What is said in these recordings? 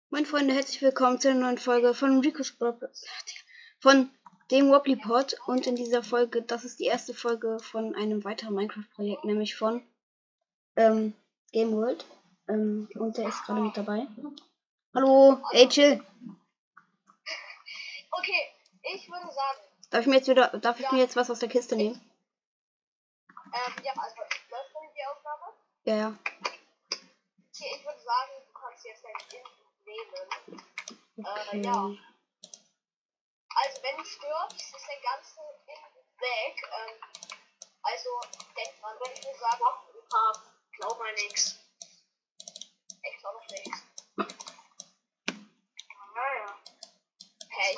Moin Freunde, herzlich willkommen zu einer neuen Folge von von dem Wobbly Pod. Und in dieser Folge, das ist die erste Folge von einem weiteren Minecraft-Projekt, nämlich von Game World. Und der ist gerade mit dabei. Hallo, ey, chill. Okay, ich würde sagen. Darf ich mir jetzt was aus der Kiste nehmen? Ja, also läuft denn die Aufnahme? Ja. Okay, ich würde sagen, du kannst jetzt dein Input nehmen. Okay. Ja. Also wenn du stirbst, ist dein ganze Input weg. Also denk dran, wenn ich nur sage, glaub mal nix. Ich glaub noch nichts. Naja. Hey,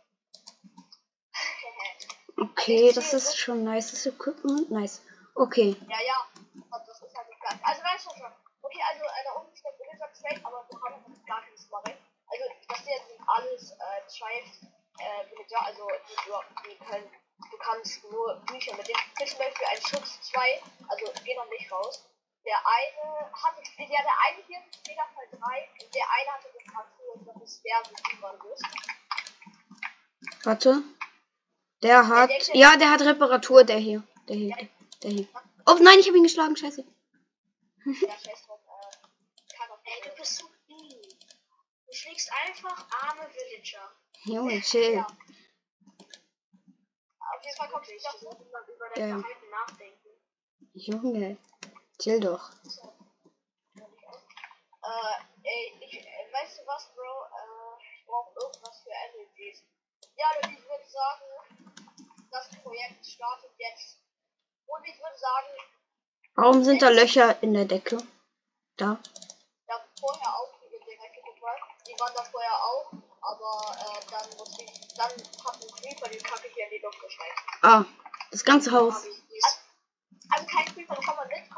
Okay, das ist schon nice. Das Equipment, nice. Okay. Ja. Das ist halt nicht gleich. Also weißt du schon. Okay, also da unten steht Wizard Trade, aber wir haben noch gar keinen Smart. Also das hier sind alles Villager, also du kannst nur Bücher mit dem zum Beispiel ein Schutz 2, also geh noch nicht raus. Der eine hier ist Fehlerfall 3 und der eine hatte Reparatur und das ist der, wo du gerade bist. Warte. Der hat Reparatur, der hier. Oh nein, ich habe ihn geschlagen, scheiße. Ja, scheiß drauf, du bist so mean. Du schlägst einfach arme Villager. Junge, chill. Ja. Auf jeden Fall kommst du nicht über dein Verhalten nachdenken. Junge, chill doch. Weißt du was, Bro? Ich brauche irgendwas für Energies. Ja, und ich würde sagen, das Projekt startet jetzt. Und ich würde sagen... Warum sind da Löcher in der Decke? Da. Ja, vorher auch die Dinger, guck mal. Die waren da vorher auch, aber dann hat ein Creeper die Kacke hier in die Luft geschneit. Ah, das ganze Haus. Also kein Creeper, komm mal mit.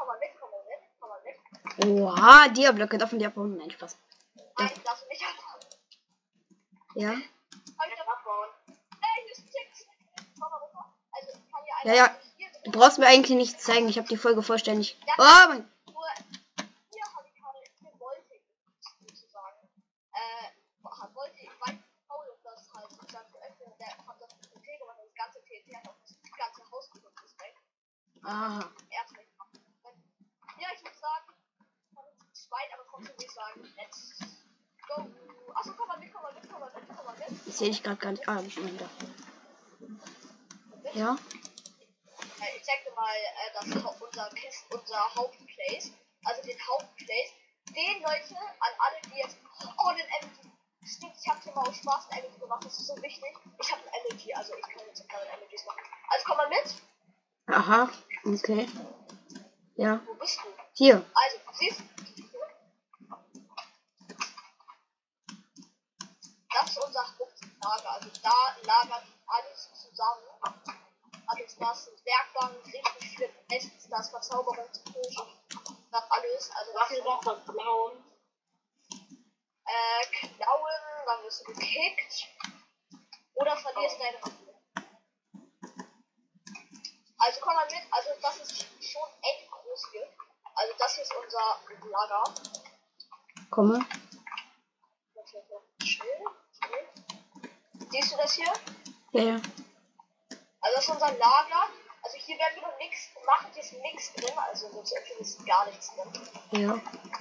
Oha, Dia-Blöcke, davon die abbauen. Nein, Spaß. Nein, darfst du nicht abbauen. Ja? Hab ich das abbauen? Ey, hier ist ein Tick. Also, ich kann hier Ja, ja. Du brauchst mir eigentlich nichts zeigen, ich habe die Folge vollständig. Ja, oh mein. Nur, hier habe ich gerade, hier wollte ich sozusagen. Wollte ich, weil Paul das halt sozusagen geöffnet, der hat das TNT gemacht, das ganze TNT hat auch das ganze Haus gedrückt, ist weg. Aha. Ja, ich würde sagen, zweit, aber trotzdem würde ich sagen, let's go. Achso, komm mal mit. Das sehe ich gerade gar nicht. Ah, ich bin wieder. Ja? Ich zeig dir mal unser Hauptplace. Also den Hauptplace. Den Leute, an alle, die jetzt. Oh, den Energy. Stimmt, ich hab's immer aus Spaß ein Energy gemacht, das ist so wichtig. Ich habe ein Energy, also ich kann jetzt keine Energies machen. Also komm mal mit. Aha, okay. Ja. Wo bist du? Hier. Also, siehst du? Das ist unser Hauptlager. Also da lagert alles zusammen. Alles das sind Werkbank, richtig viel Essen, das Verzauberungstisch, das alles. Also was ist noch was klauen? Klauen, dann wirst du gekickt. Oder verlierst deine Waffe. Also komm mal mit, also das ist schon echt groß hier. Also das ist unser Lager. Komme. Chill. Siehst du das hier? Ja. Also das ist unser Lager. Also hier werden wir noch nichts machen, hier ist nichts drin, also letztendlich ist gar nichts drin. Ja.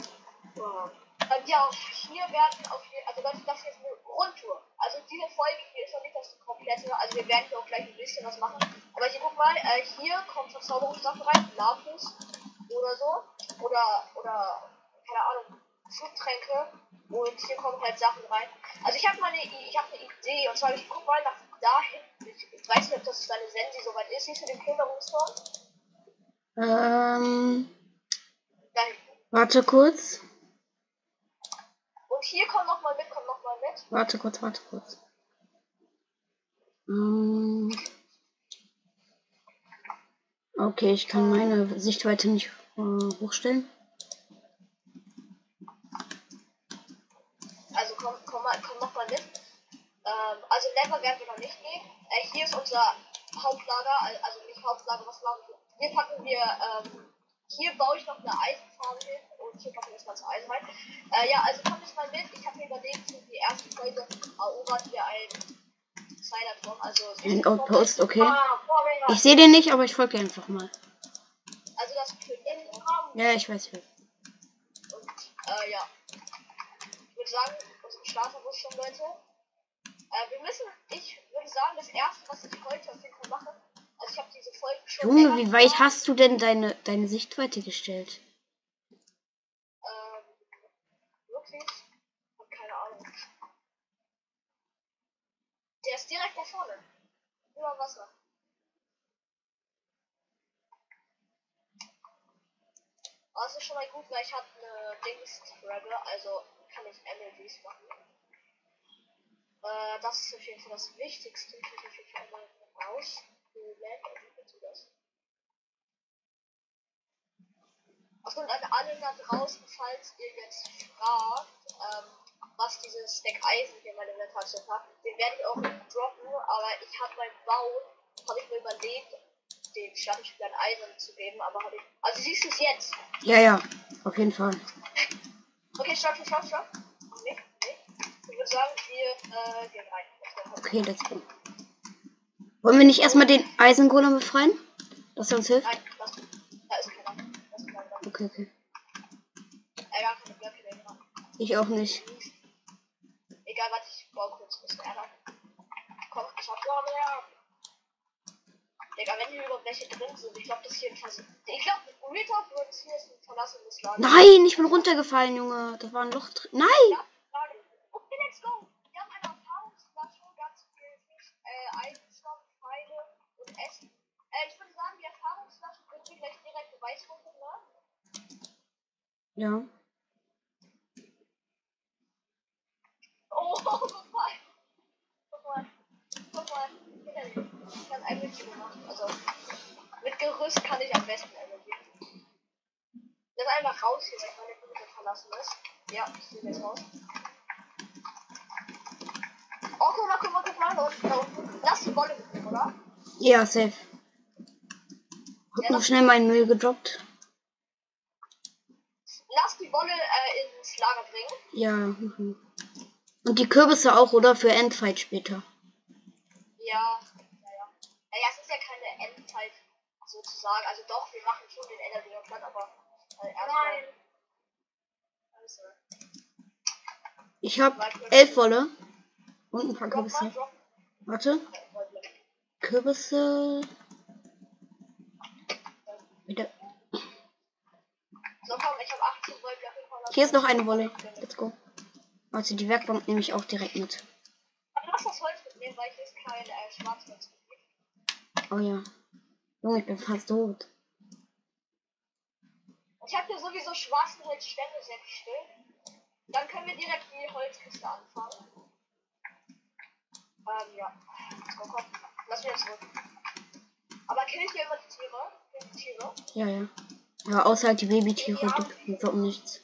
Ja, hier werden also Leute, das hier ist eine Rundtour. Also diese Folge hier ist noch nicht das komplette, also wir werden hier auch gleich ein bisschen was machen. Aber hier guck mal, hier kommt Verzauberungssachen rein, Lapis oder so. Oder keine Ahnung, Schubtränke. Und hier kommen halt Sachen rein. Also ich habe eine Idee, und zwar ich guck mal nach da hinten. Ich weiß nicht, ob das deine Sensi soweit ist. Siehst du den Plünderungsturm? Da hinten. Warte kurz. Und hier komm noch mal mit. Warte kurz. Okay, ich kann meine Sichtweite nicht hochstellen. Also komm noch mal mit. Also Lever werden wir noch nicht gehen. Hier ist unser Hauptlager, also nicht Hauptlager, was machen wir? Hier packen wir, hier baue ich noch eine Eisenfarm hin und hier kommt das ganze Eisen rein. Ja, also kommt jetzt mal mit. Ich habe mir überlegt, für die erste Folge erobert wir einen Cyberturm, also Ein Outpost, okay. Vorgänger. Ich sehe den nicht, aber ich folge einfach mal. Also das König. Ja, ich weiß. Und ja. Ich würde sagen, unsere Starterrüstung, Leute. Ich würde sagen, das erste, was ich heute auf jeden Fall mache, also ich habe diese Folge schon. Junge, wie weit hast du denn deine Sichtweite gestellt? Wirklich? Hab keine Ahnung. Der ist direkt da vorne. Über Wasser. Aber es ist schon mal gut, weil ich habe eine Dings-Rebel, also kann ich MLBs machen. Das ist auf jeden Fall das Wichtigste. Ich muss auf jeden Fall mal raus. Achso, und an alle da draußen, falls ihr jetzt fragt, was dieses Stack Eisen hier in meinem Inventar hat, den werde ich auch droppen, aber ich habe beim Bauen, habe ich mir überlegt, dem Startspieler ein Eisen zu geben, aber habe ich. Also siehst du es jetzt? Ja, auf jeden Fall. Okay, stopp. Nee. Ich würde sagen, wir gehen rein. Okay, let's go. Wollen wir nicht erstmal den Eisengolem befreien? Dass er uns hilft? Nein, da ist keiner. Okay. Gar keine Blöcke mehr gemacht. Ich auch nicht. Egal, warte, ich baue kurz ein bisschen Erde. Komm, ich hab noch mehr. Digga, wenn hier überhaupt welche drin sind, ich glaube, das hier ein Versuch. Ich glaube, Retalk wird hier ist ein verlassenes Lager. Nein, ich bin runtergefallen, Junge. Das war ein Loch drin. Nein! Okay, let's go. Wir haben eine Erfahrungsflasche, ganz viel Fisch, Eisenstoff, Pfeile und Essen. Ich würde sagen, die Erfahrungsflasche können wir gleich direkt beweisrufen, ne? Ja. Oh, guck mal. Ich kann ein Mädchen gemacht. Also, mit Gerüst kann ich am besten gehen. Lass einfach raus hier, weil meine Brücke verlassen ist. Ja, ich sehe jetzt raus. Oh, guck mal, da unten. Lass die Wolle mitnehmen, oder? Ja, safe. Hab noch schnell meinen Müll gedroppt. Lass die Wolle ins Lager bringen. Ja. Und die Kürbisse auch, oder? Für Endfight später. Ja, es ist ja keine Endzeit sozusagen. Also doch, wir machen schon den Ender platt, aber erstmal. Ich hab 11 Wolle. Und ein paar Kürbisse. Warte. Kürbisse. Wieder. So, komm, ich hab 18 Wolle. Hier ist noch eine Wolle. Let's go. Also die Werkbank nehme ich auch direkt mit. Lass das Holz mitnehmen, weil hier ist kein Schwarzholz. Oh ja. Junge, ich bin fast tot. Ich habe hier sowieso schwarzen Holzstämme hergestellt. Dann können wir direkt die Holzkiste anfangen. Ja. So, komm. Lass mich zurück. Aber kill ich hier immer die Tiere? Ja. Ja, außer halt die Babytiere, die droppen nichts.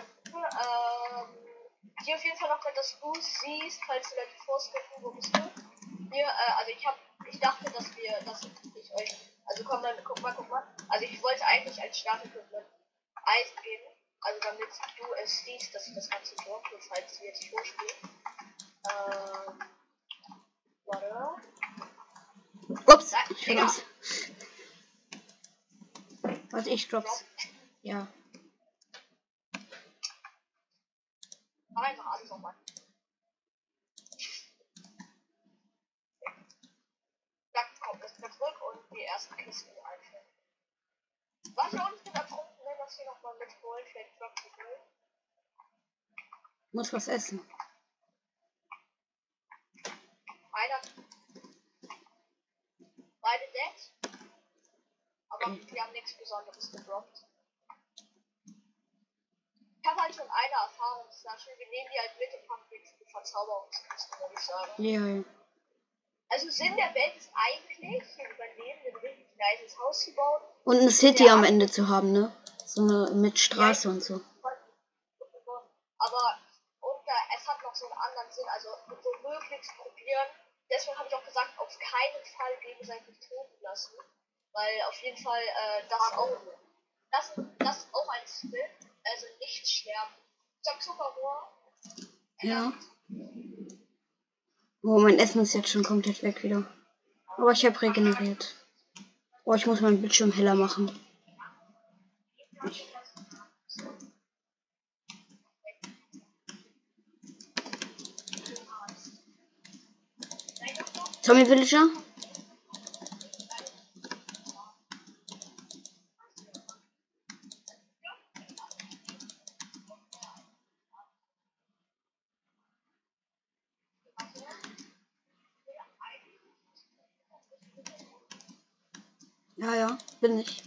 Hier auf jeden Fall noch, dass du siehst, falls du die Vorschriften, wo bist du? Hier, also ich dachte, dass ich euch, also komm mal, guck mal. Also ich wollte eigentlich als Startequipment Eisen geben, also damit du es siehst, dass ich das Ganze droppe, falls du jetzt vorspielst. Warte. Ups, ich bin aus. Warte, ich drop's. Ja. Mach einfach alles nochmal. Dann kommt es wieder zurück und die ersten Kisten einstellen. Was wir uns wieder gucken, wenn das hier nochmal mitholen, vielleicht droppt die Müll. Muss was essen. Beide dead. Aber wir haben nichts Besonderes gedroppt. Ich habe halt schon eine Erfahrungsflasche. Wir nehmen die halt mit und packen die Verzauberungskiste, würde ich sagen. Ja. Also Sinn der Welt ist eigentlich, hier überleben, ein richtig nices Haus zu bauen. Und eine City am Ende zu haben, ne? So eine mit Straße und so. Aber es hat noch so einen anderen Sinn, also so möglichst probieren. Deswegen habe ich auch gesagt, auf keinen Fall gegenseitig töten lassen. Weil auf jeden Fall das ist auch ein Skill. also nicht sterben. Ich hab Zuckerrohr. Ja. Oh, mein Essen ist jetzt schon komplett weg wieder. Aber ich habe regeneriert. Oh, ich muss meinen Bildschirm heller machen. Zombie Villager? Ja, ja, bin ich.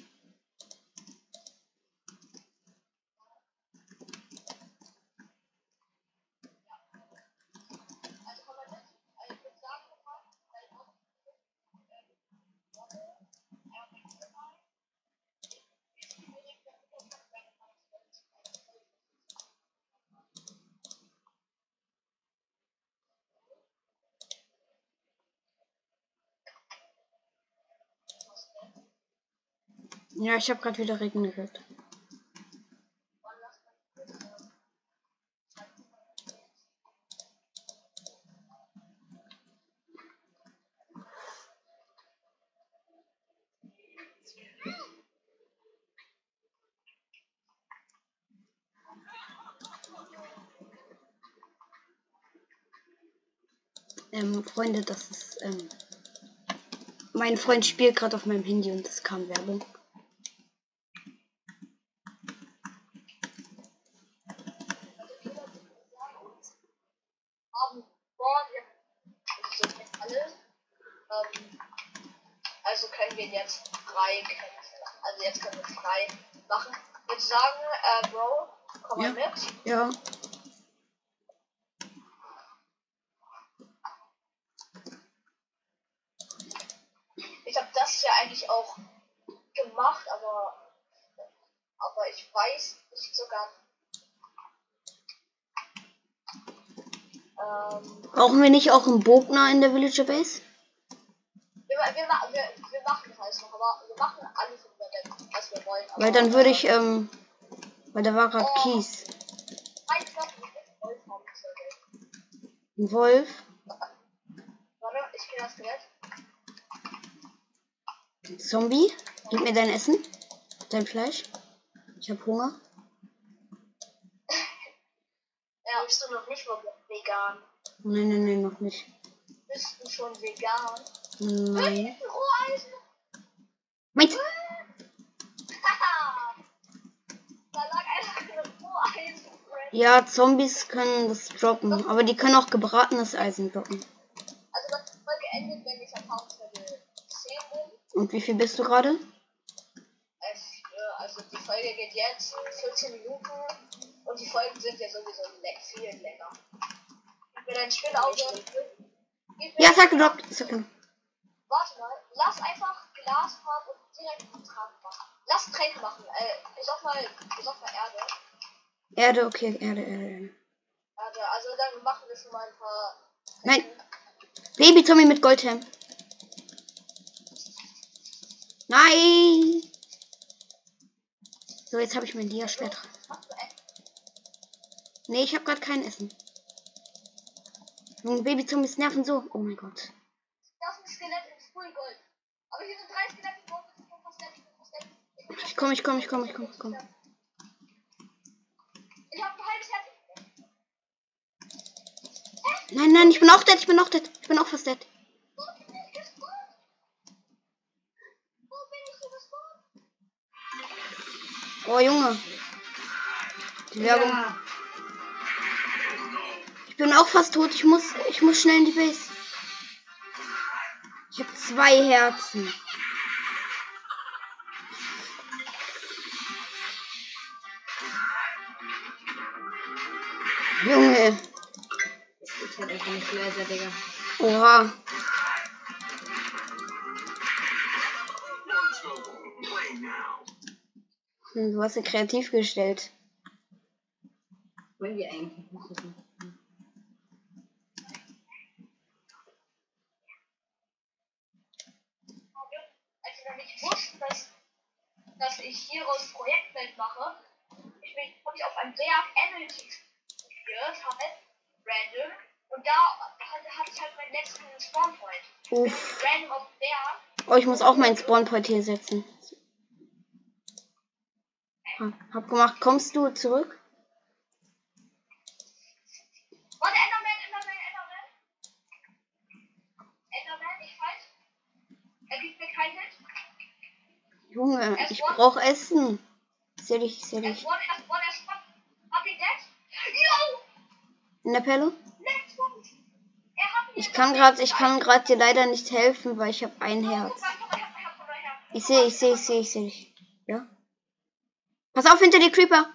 Ja, ich habe gerade wieder regeneriert. Freunde, das ist, mein Freund spielt gerade auf meinem Handy und es kam Werbung. Also können wir jetzt frei kämpfen. Also jetzt können wir frei machen. Ich würde sagen, Bro, komm mal mit. Ja. Ich habe das ja eigentlich auch gemacht, aber ich weiß nicht sogar. Brauchen wir nicht auch einen Bogner in der Villager Base? Wir machen das noch, aber wir machen alles, was wir wollen. Weil dann würde ich, weil da war gerade Kies. Ein Wolf. Warte, ich gehe das Skelett. Zombie. Gib mir dein Essen. Dein Fleisch. Ich habe Hunger. Ja, bist du noch nicht vegan? Nein, noch nicht. Bist du schon vegan? Nein. Roheisen! Meins! Da lag einfach ein Roheisen. Ja, Zombies können das droppen, aber die können auch gebratenes Eisen droppen. Also das Folge endet, wenn ich Erfahrungslevel 10 bin. Und wie viel bist du gerade? Also die Folge geht jetzt 14 Minuten und die Folgen sind ja sowieso viel länger. Gib mir dein Spielauge. Ja, sag gedroppt. Warte mal, lass einfach Glas haben und direkt einen Trank machen. Lass Tränke machen. Besorg mal Erde. Erde, okay, Erde. Also dann machen wir schon mal ein paar. Nein. Baby-Zombie mit Goldhelm. Nein. So, jetzt habe ich mein Dia-Schwert. Nee, ich habe gerade kein Essen. Baby-Zombies nerven so. Oh mein Gott. Das ist ein Skelett in Full Gold. Aber hier sind 3 Skelette. Ich komm. Ich habe ein halbes Herz. Nein, ich bin auch dead. Ich bin auch fast dead. Wo bin ich gespawnt? Oh, Junge. Die Werbung. Ja. Ich bin auch fast tot. Ich muss schnell in die Base. Ich habe 2 Herzen. Junge. Ich hätte einfach nicht leiser, Digga. Oha. Du hast ja kreativ gestellt. Wollen wir eigentlich? Als ich noch nicht wusste, dass ich hieraus Projektwelt mache, ich ich auf einen Berg Energy geführt, halt, random. Und da hatte ich halt meinen letzten Spawnpoint. Bin ich random auf den Berg. Oh, ich muss auch meinen Spawnpoint hier setzen. Hab gemacht. Kommst du zurück? Warte, Enderman. Enderman, ich falsch. Er gibt mir keinen Hit. Junge, ich brauch Essen. Seh dich. Erst one. Hab ihn dead? Yo! In der Pelle? Next one. Er hat ihn. Ich kann gerade dir leider nicht helfen, weil ich habe ein Herz. Guck mal, ich hab mein Herz. Ich sehe dich. Ja? Pass auf, hinter dir, Creeper.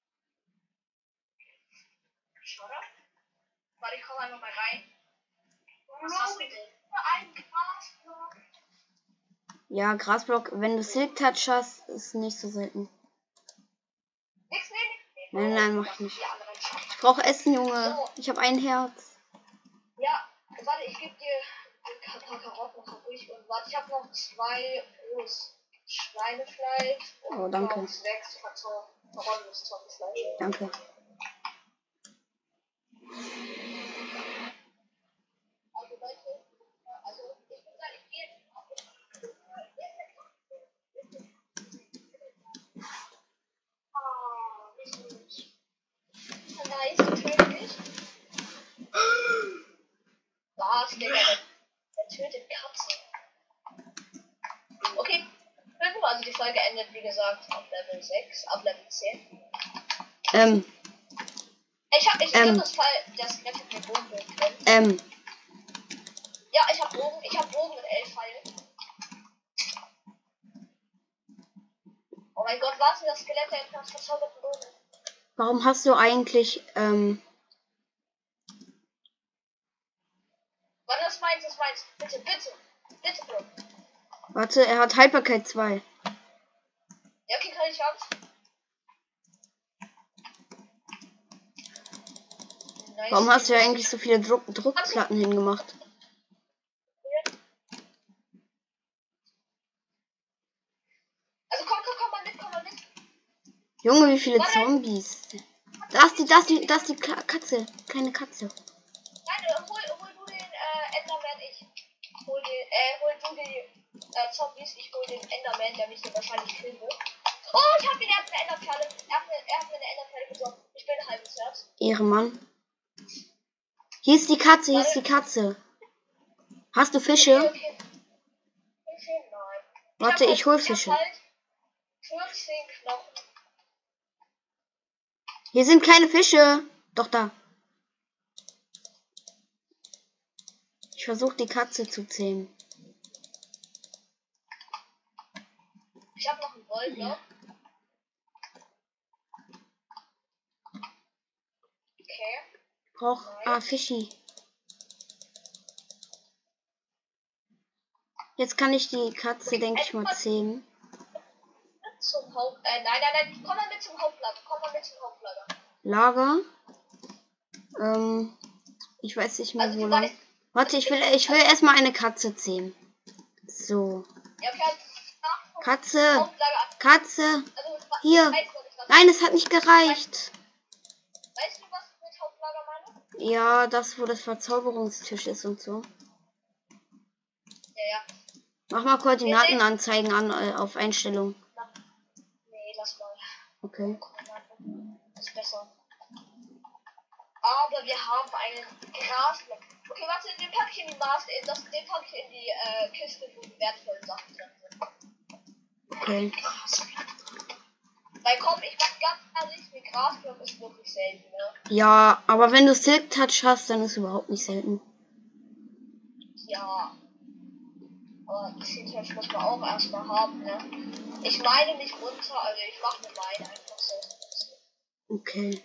Schade. Warte, ich komm einfach mal rein. Was hast du denn? Ein Grasblock. Ja, Grasblock, wenn du Silk Touch hast, ist nicht so selten. Nix. Nein, mach ich nicht. Die anderen schaffen. Ich brauche Essen, Junge. Ich habe ein Herz. Ja, warte, ich gebe dir ein paar Karotten noch durch und warte, ich habe noch 2 rohes Schweinefleisch und Oh, danke. noch 6 verrottes Zombie-Fleisch. Danke. Also Leute, ich würde sagen, ich gehe jetzt auf nicht gut. Nice, natürlich. Was, Digga, der tötet Katzen. Okay, also die Folge endet, wie gesagt, auf Level 6, ab Level 10. Ich hab das Skelett mit Bogen drin. Ja, ich hab Bogen mit 11 Pfeilen. Oh mein Gott, warte, das Skelett der etwas verzauberten Bogen. Warum hast du eigentlich, Warte, das ist meins. Bitte, Bro. warte, er hat Haltbarkeit 2. Ja, okay, kann ich haben. Nice. Warum hast du ja eigentlich so viele Druckplatten hingemacht? Also komm mal mit. Junge, wie viele Zombies. Da ist die Katze. Kleine Katze. Nein, hol du den Enderman, ich hol du die Zombies, ich hol den Enderman, der mich hier wahrscheinlich killen wird. Oh, ich hab ihn, er hat eine Enderperle. Er hat mir eine Enderperle gesorgt. Ich bin ein halbes Herz. Ehrenmann. Hier ist die Katze. Hast du Fische? Okay. Fische? Nein. Warte, ich hol hab Fische. halt 14 Knochen. Hier sind keine Fische. Doch da. Ich versuche die Katze zu zähmen. Ich hab noch einen Wollblock. Okay. Fischi. Jetzt kann ich die Katze, denke ich mal, zähmen. Zum nein. Komm mal mit zum Hauptlager. Lager. Ich weiß nicht mehr, Also, wo lang. Warte, ich will erstmal eine Katze zähmen. So. Ja, okay. Katze. Also, Hier. Nein, es hat nicht gereicht. Weißt du, was ich mit Hauptlager meine? Ja, das, wo das Verzauberungstisch ist und so. Ja. Mach mal Koordinatenanzeigen an auf Einstellung. Nee, lass mal. Okay. Das ist besser. Aber wir haben einen Grasblock. Okay, warte, den packe ich in die den packe ich in die Kiste, wo die wertvollen Sachen drin sind. Okay. Weil komm, ich mach ganz ehrlich, ein Grasblock ist wirklich selten, ne? Ja, aber wenn du Silk Touch hast, dann ist es überhaupt nicht selten. Ja. Aber Silk Touch muss man auch erstmal haben, ne? Ich meine nicht runter, also ich mache eine Meine einfach so. Okay.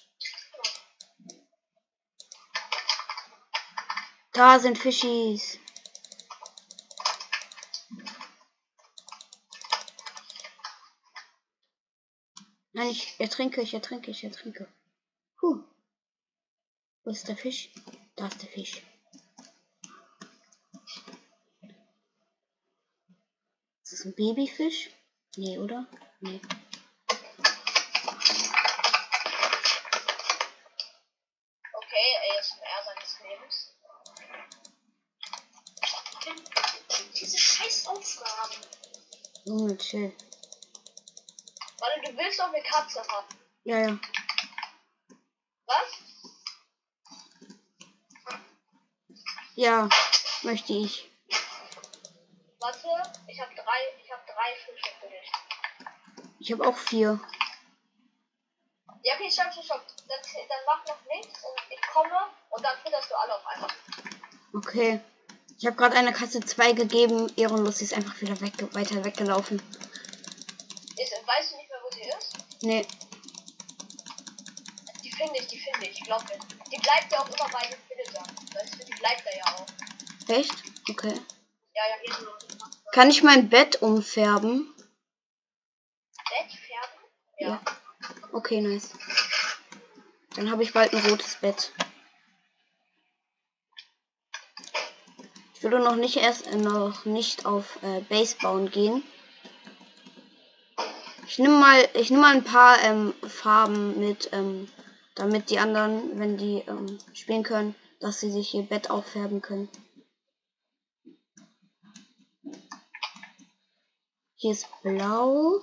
Da sind Fischis. Nein, ich ertrinke. Wo ist der Fisch? Da ist der Fisch. Ist das ein Babyfisch? Nee, oder? Nee. ASMR seines Lebens. Diese scheiß Aufgaben. Junge, chill. Weil du willst doch eine Katze haben. Ja, ja. Was? Ja, möchte ich. Warte, ich habe drei Fische für dich. Ich habe auch 4. Ja, okay, stopp. Dann mach noch nichts und ich komme und dann fütterst du alle auf einmal. Okay. Ich habe gerade einer Katze 2 gegeben. Ehrenlos, sie ist einfach wieder weiter weggelaufen. Weißt du nicht mehr, wo sie ist? Nee. Die finde ich, glaub mir. Die bleibt ja auch immer bei den Filtern. Weißt du, die bleibt da ja auch. Echt? Okay. Ja, ehrenlos. Kann ich mein Bett umfärben? Bett färben? Ja. Okay, nice. Dann habe ich bald ein rotes Bett. Ich würde noch nicht auf Base bauen gehen. Ich nehme mal ein paar Farben mit, damit die anderen, wenn die spielen können, dass sie sich ihr Bett auffärben können. Hier ist blau.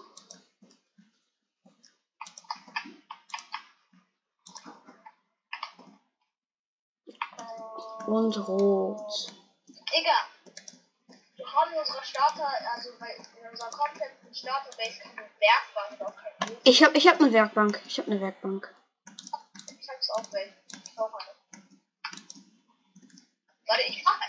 Und rot. Digga, wir haben in unserer in unserer kompletten Starterbase keine Werkbank auf kein Bild. Ich hab eine Werkbank. Ich hab's auch welche. Ich brauche eine. Warte, ich mach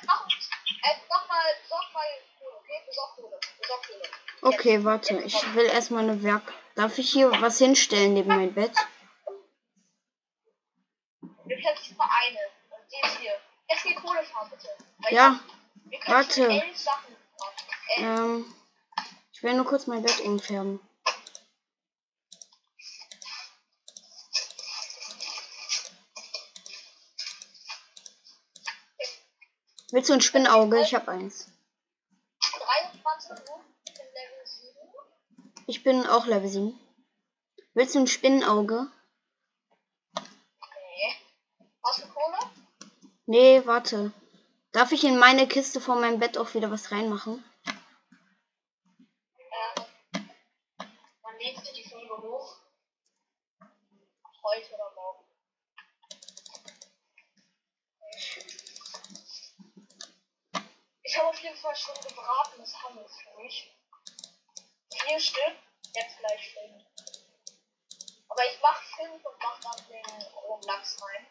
mal Kohle, okay? Besorg Kohle. Okay, warte. Ich will erstmal eine Werk. Darf ich hier was hinstellen neben mein Bett? Wir können nur eine. Und die ist hier. Jetzt die Kohle fahren, bitte. Weil Ja. wir können Warte. 11 Sachen machen. Ich will nur kurz mein Bett umfärben. Willst du ein Spinnauge? Ich habe eins. 23 Minuten, ich bin Level 7. Ich bin auch Level 7. Willst du ein Spinnenauge? Nee. Hast du Kohle? Nee, warte. Darf ich in meine Kiste vor meinem Bett auch wieder was reinmachen? Dann lädst du die Folge hoch. Heute oder morgen. Ich habe auf jeden Fall schon gebratenes Hammelfleisch. 4 Stück, jetzt gleich 5. Aber ich mach 5 und mach dann den rohen Lachs rein.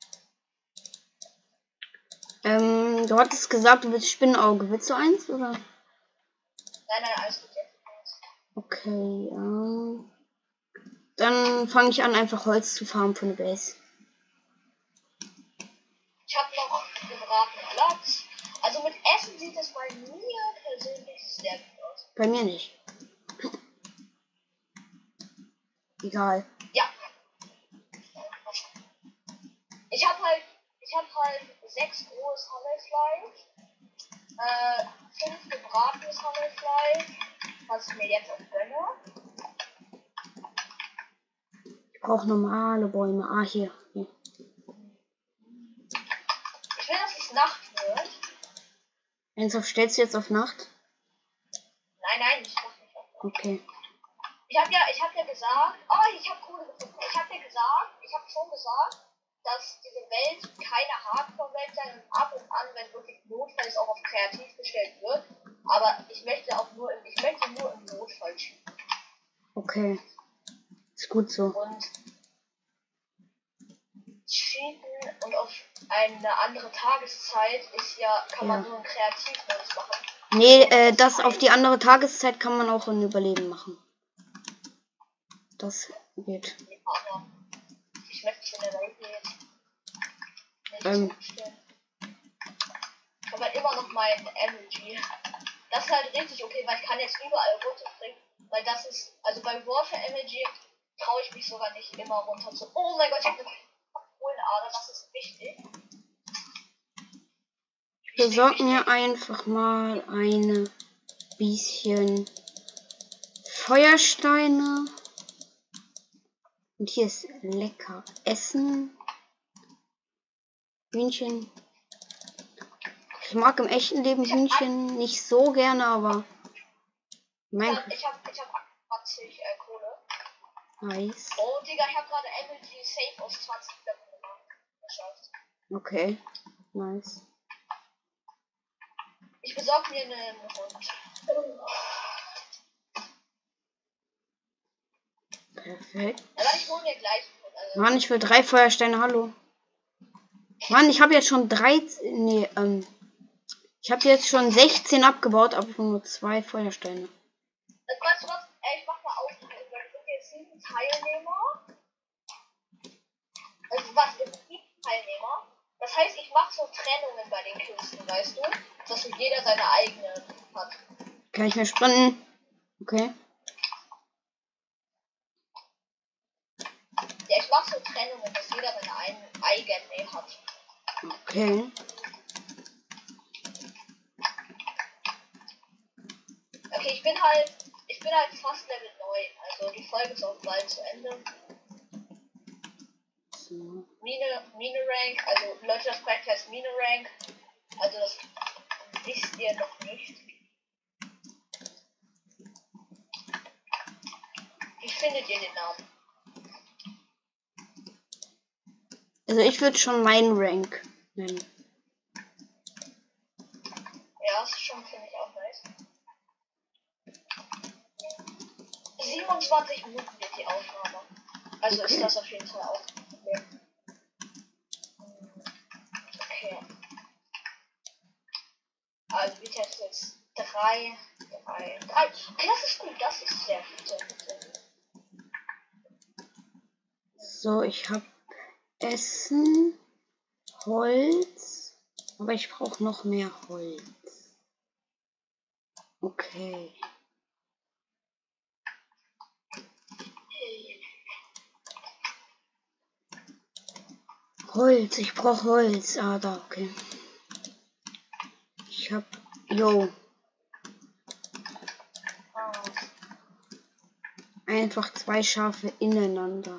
Du hattest gesagt, du willst Spinnenauge. Willst du eins, oder? Nein, alles gut jetzt. Okay, dann fange ich an, einfach Holz zu farmen für eine Base. Ich habe noch gebratenen Lachs. Also mit Essen sieht es bei mir persönlich sehr gut aus. Bei mir nicht. Egal. Ja. Ich hab halt 6 rohes Hammelfleisch, 5 gebratenes Hammelfleisch, was ich mir jetzt auch gönne. Ich brauche normale Bäume. Ah, hier. Ich will, dass es Nacht wird. Ernsthaft, stellst du jetzt auf Nacht? Nein, ich mach nicht auf Nacht. Okay. Ich hab ja gesagt, oh, ich hab Kohle gefunden. Ich hab schon gesagt, dass diese Welt keine Hardcore-Welt sein und ab und an, wenn wirklich Notfall ist, auch auf kreativ gestellt wird. Aber ich möchte nur im Notfall cheaten. Okay. Ist gut so. Und cheaten und auf eine andere Tageszeit ist kann man nur im Kreativmodus machen. Nee, das auf die andere Tageszeit kann man auch in Überleben machen. Das geht. Aber ich möchte in der Welt jetzt nicht zustellen. Ich habe halt immer noch mein Energy. Das ist halt richtig okay, weil ich kann jetzt überall runterspringen. Weil das ist, also bei Warfare Energy traue ich mich sogar nicht immer runter zu. Oh mein Gott, ich habe eine Kohlenader, das ist wichtig. Ich besorge mir einfach mal ein bisschen Feuersteine. Und hier ist lecker Essen. Hühnchen. Ich mag im echten Leben Hühnchen nicht so gerne, aber Minecraft. Ich hab 20 Kohle. Nice. Oh, Digga, ich hab gerade Energy Safe aus 20 Blöcken gemacht. Geschafft. Okay. Nice. Ich besorge mir einen Hund. Perfekt. Aber ich hole mir gleich einen Hund. Also, Mann, ich will 3 Feuersteine. Hallo. Mann, ich habe jetzt schon 13. Nee, ich habe jetzt schon 16 abgebaut, aber nur 2 Feuersteine. weißt du was? Ich mach mal Aufteilung, weil es sind jetzt 7 Teilnehmer. Also was? Es sind 7 Teilnehmer. Das heißt, ich mache so Trennungen bei den Künsten, weißt du? Dass so jeder seine eigene hat. Kann ich mir sprinten? Okay. Ja, ich mache so Trennungen, dass jeder seine eigene hat. Okay. Okay, ich bin halt fast Level 9. Also die Folge ist auch bald zu Ende. So. Mine Rank, also Leute, das Projekt heißt Mine Rank. Also das wisst ihr noch nicht. Wie findet ihr den Namen? Also ich würde schon meinen Rank nennen. Ja, das ist schon, finde ich auch nice. 27 Minuten wird die Aufnahme. Also Okay. ist das auf jeden Fall auch ein Problem. Okay. Also wir testen jetzt 3. Okay, das ist gut, das ist sehr gut. Sehr gut, sehr gut. So, ich habe Essen, Holz, aber ich brauche noch mehr Holz. Okay. Holz, ich brauche Holz. Ah, da, okay. Ich hab. Jo. Einfach 2 Schafe ineinander.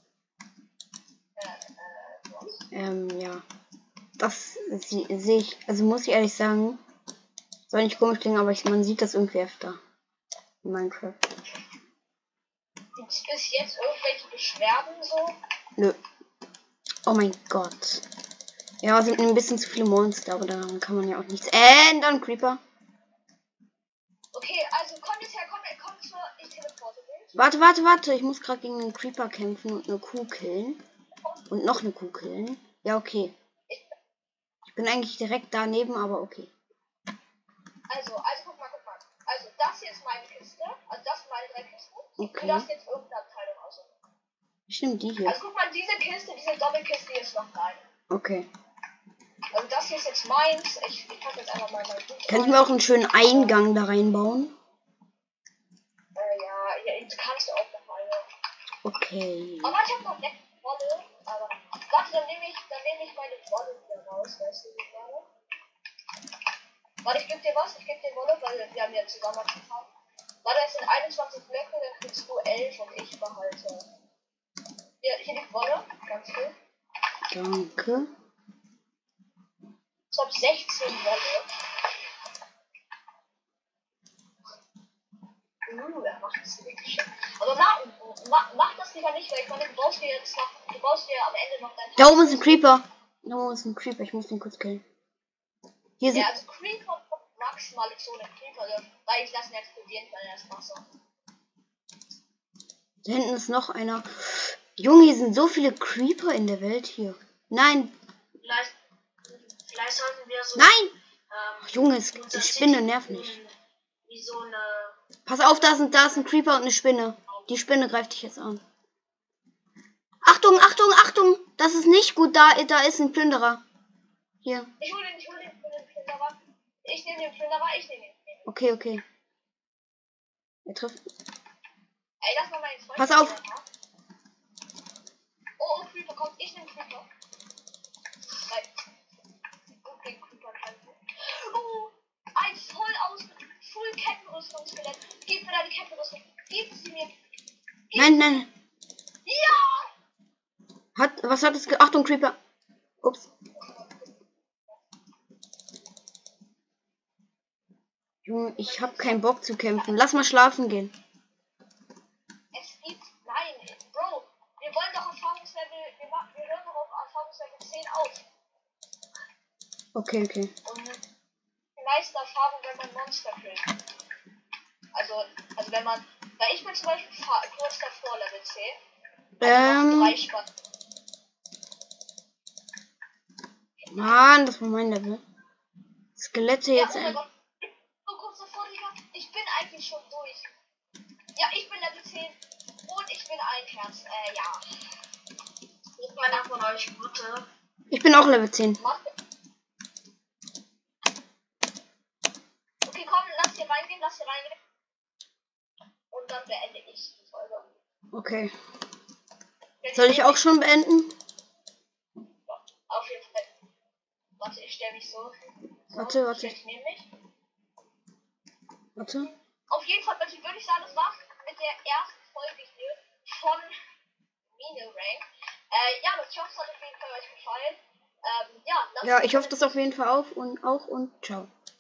Ja. Das sehe ich. Also muss ich ehrlich sagen. Soll nicht komisch klingen, aber man sieht das irgendwie öfter. In Minecraft. Gibt es bis jetzt irgendwelche Beschwerden so? Nö. Oh mein Gott. Ja, sind ein bisschen zu viele Monster, aber daran kann man ja auch nichts ändern. Creeper. Okay, also komm jetzt her, komm zur. Ich teleporte dich. Warte. Ich muss gerade gegen einen Creeper kämpfen und eine Kuh killen. Und noch eine Kuh killen. Ja, okay. Ich bin eigentlich direkt daneben, aber okay. Also guck mal. Also das hier ist meine Kiste. Also das sind meine 3 Kisten. Okay. Du darfst jetzt irgendeine Abteilung aussuchen. Ich nehme die hier. Also guck mal, diese Kiste, diese Doppelkiste hier ist noch deine. Okay. Also das hier ist jetzt meins. Ich packe jetzt einfach mal mein Buch. Kann ich mir auch einen schönen Eingang da reinbauen? Ja, jetzt kannst du auch noch eine. Okay. Aber ich habe noch eine Wolle. Aber warte, dann nehme ich meine Wolle wieder raus. Weißt du, wie ich meine? Warte, ich gebe dir was. Ich gebe dir Wolle, weil wir haben ja zusammen angefangen. Warte, es sind 21 Blöcke, dann kriegst du 11 und ich behalte. Hier liegt Wolle. Ganz viel. Danke. Ich habe 16 Wolle. Er macht das wirklich schön. Aber mach das lieber nicht, weil ich meine, du brauchst dir am Ende noch dein. Da oben ist ein Creeper. Da oben ist ein Creeper. Ich muss den kurz killen. Hier sind. Ja, also Creeper maximale Zone Creeper, weil ich lasse ihn explodieren, weil er ist Wasser. Da hinten ist noch einer. Junge, hier sind so viele Creeper in der Welt hier. Nein. Vielleicht sollten wir so. Nein! Ach, Junge, die Spinne nervt mich. Wie so eine. Pass auf, da ist ein Creeper und eine Spinne. Die Spinne greift dich jetzt an. Achtung! Das ist nicht gut. Da ist ein Plünderer. Hier. Ich hol den Plünderer. Ich nehme den Plünderer. Okay. Er trifft. Ey, lass mal meinen Freund. Pass auf! Oh, Creeper kommt. Ich nehme Creeper. Nein. Okay, Creeper kämpfen. Ein Full Kettenrüstungsskelett. Gib mir deine Kettenrüstung. Gib sie mir. Nein. Ja! Was hat es? Achtung, Creeper. Ups. Junge, ich hab keinen Bock zu kämpfen. Lass mal schlafen gehen. Es gibt. Nein, Bro. Wir wollen doch Erfahrungslevel. Wir hören doch auf Erfahrungslevel 10 auf. Okay, okay. Und die meiste Erfahrung, wenn man Monster killt. Also wenn man. Da ich bin zum Beispiel kurz davor Level 10. Also noch 3 Spannen. Mann, das war mein Level. Skelette Ja, jetzt. oh mein Gott. So kurz davor, Digga. Ich bin eigentlich schon durch. Ja, ich bin Level 10. Und ich bin ein Herz. Ja. Ist meiner von euch bitte? Ich bin auch Level 10. Okay, komm, lass hier reingehen. Und dann beende ich die Folge. Okay. Soll ich auch schon beenden? Auf jeden Fall. Warte, ich stelle mich so. Warte. Ich nehme mich. Warte. Auf jeden Fall, also würde ich sagen, das war's mit der ersten Folge hier von Mine Rank. Ja, ich hoffe, es hat auf jeden Fall euch gefallen. Ja, ich hoffe das auf jeden Fall auch und ciao.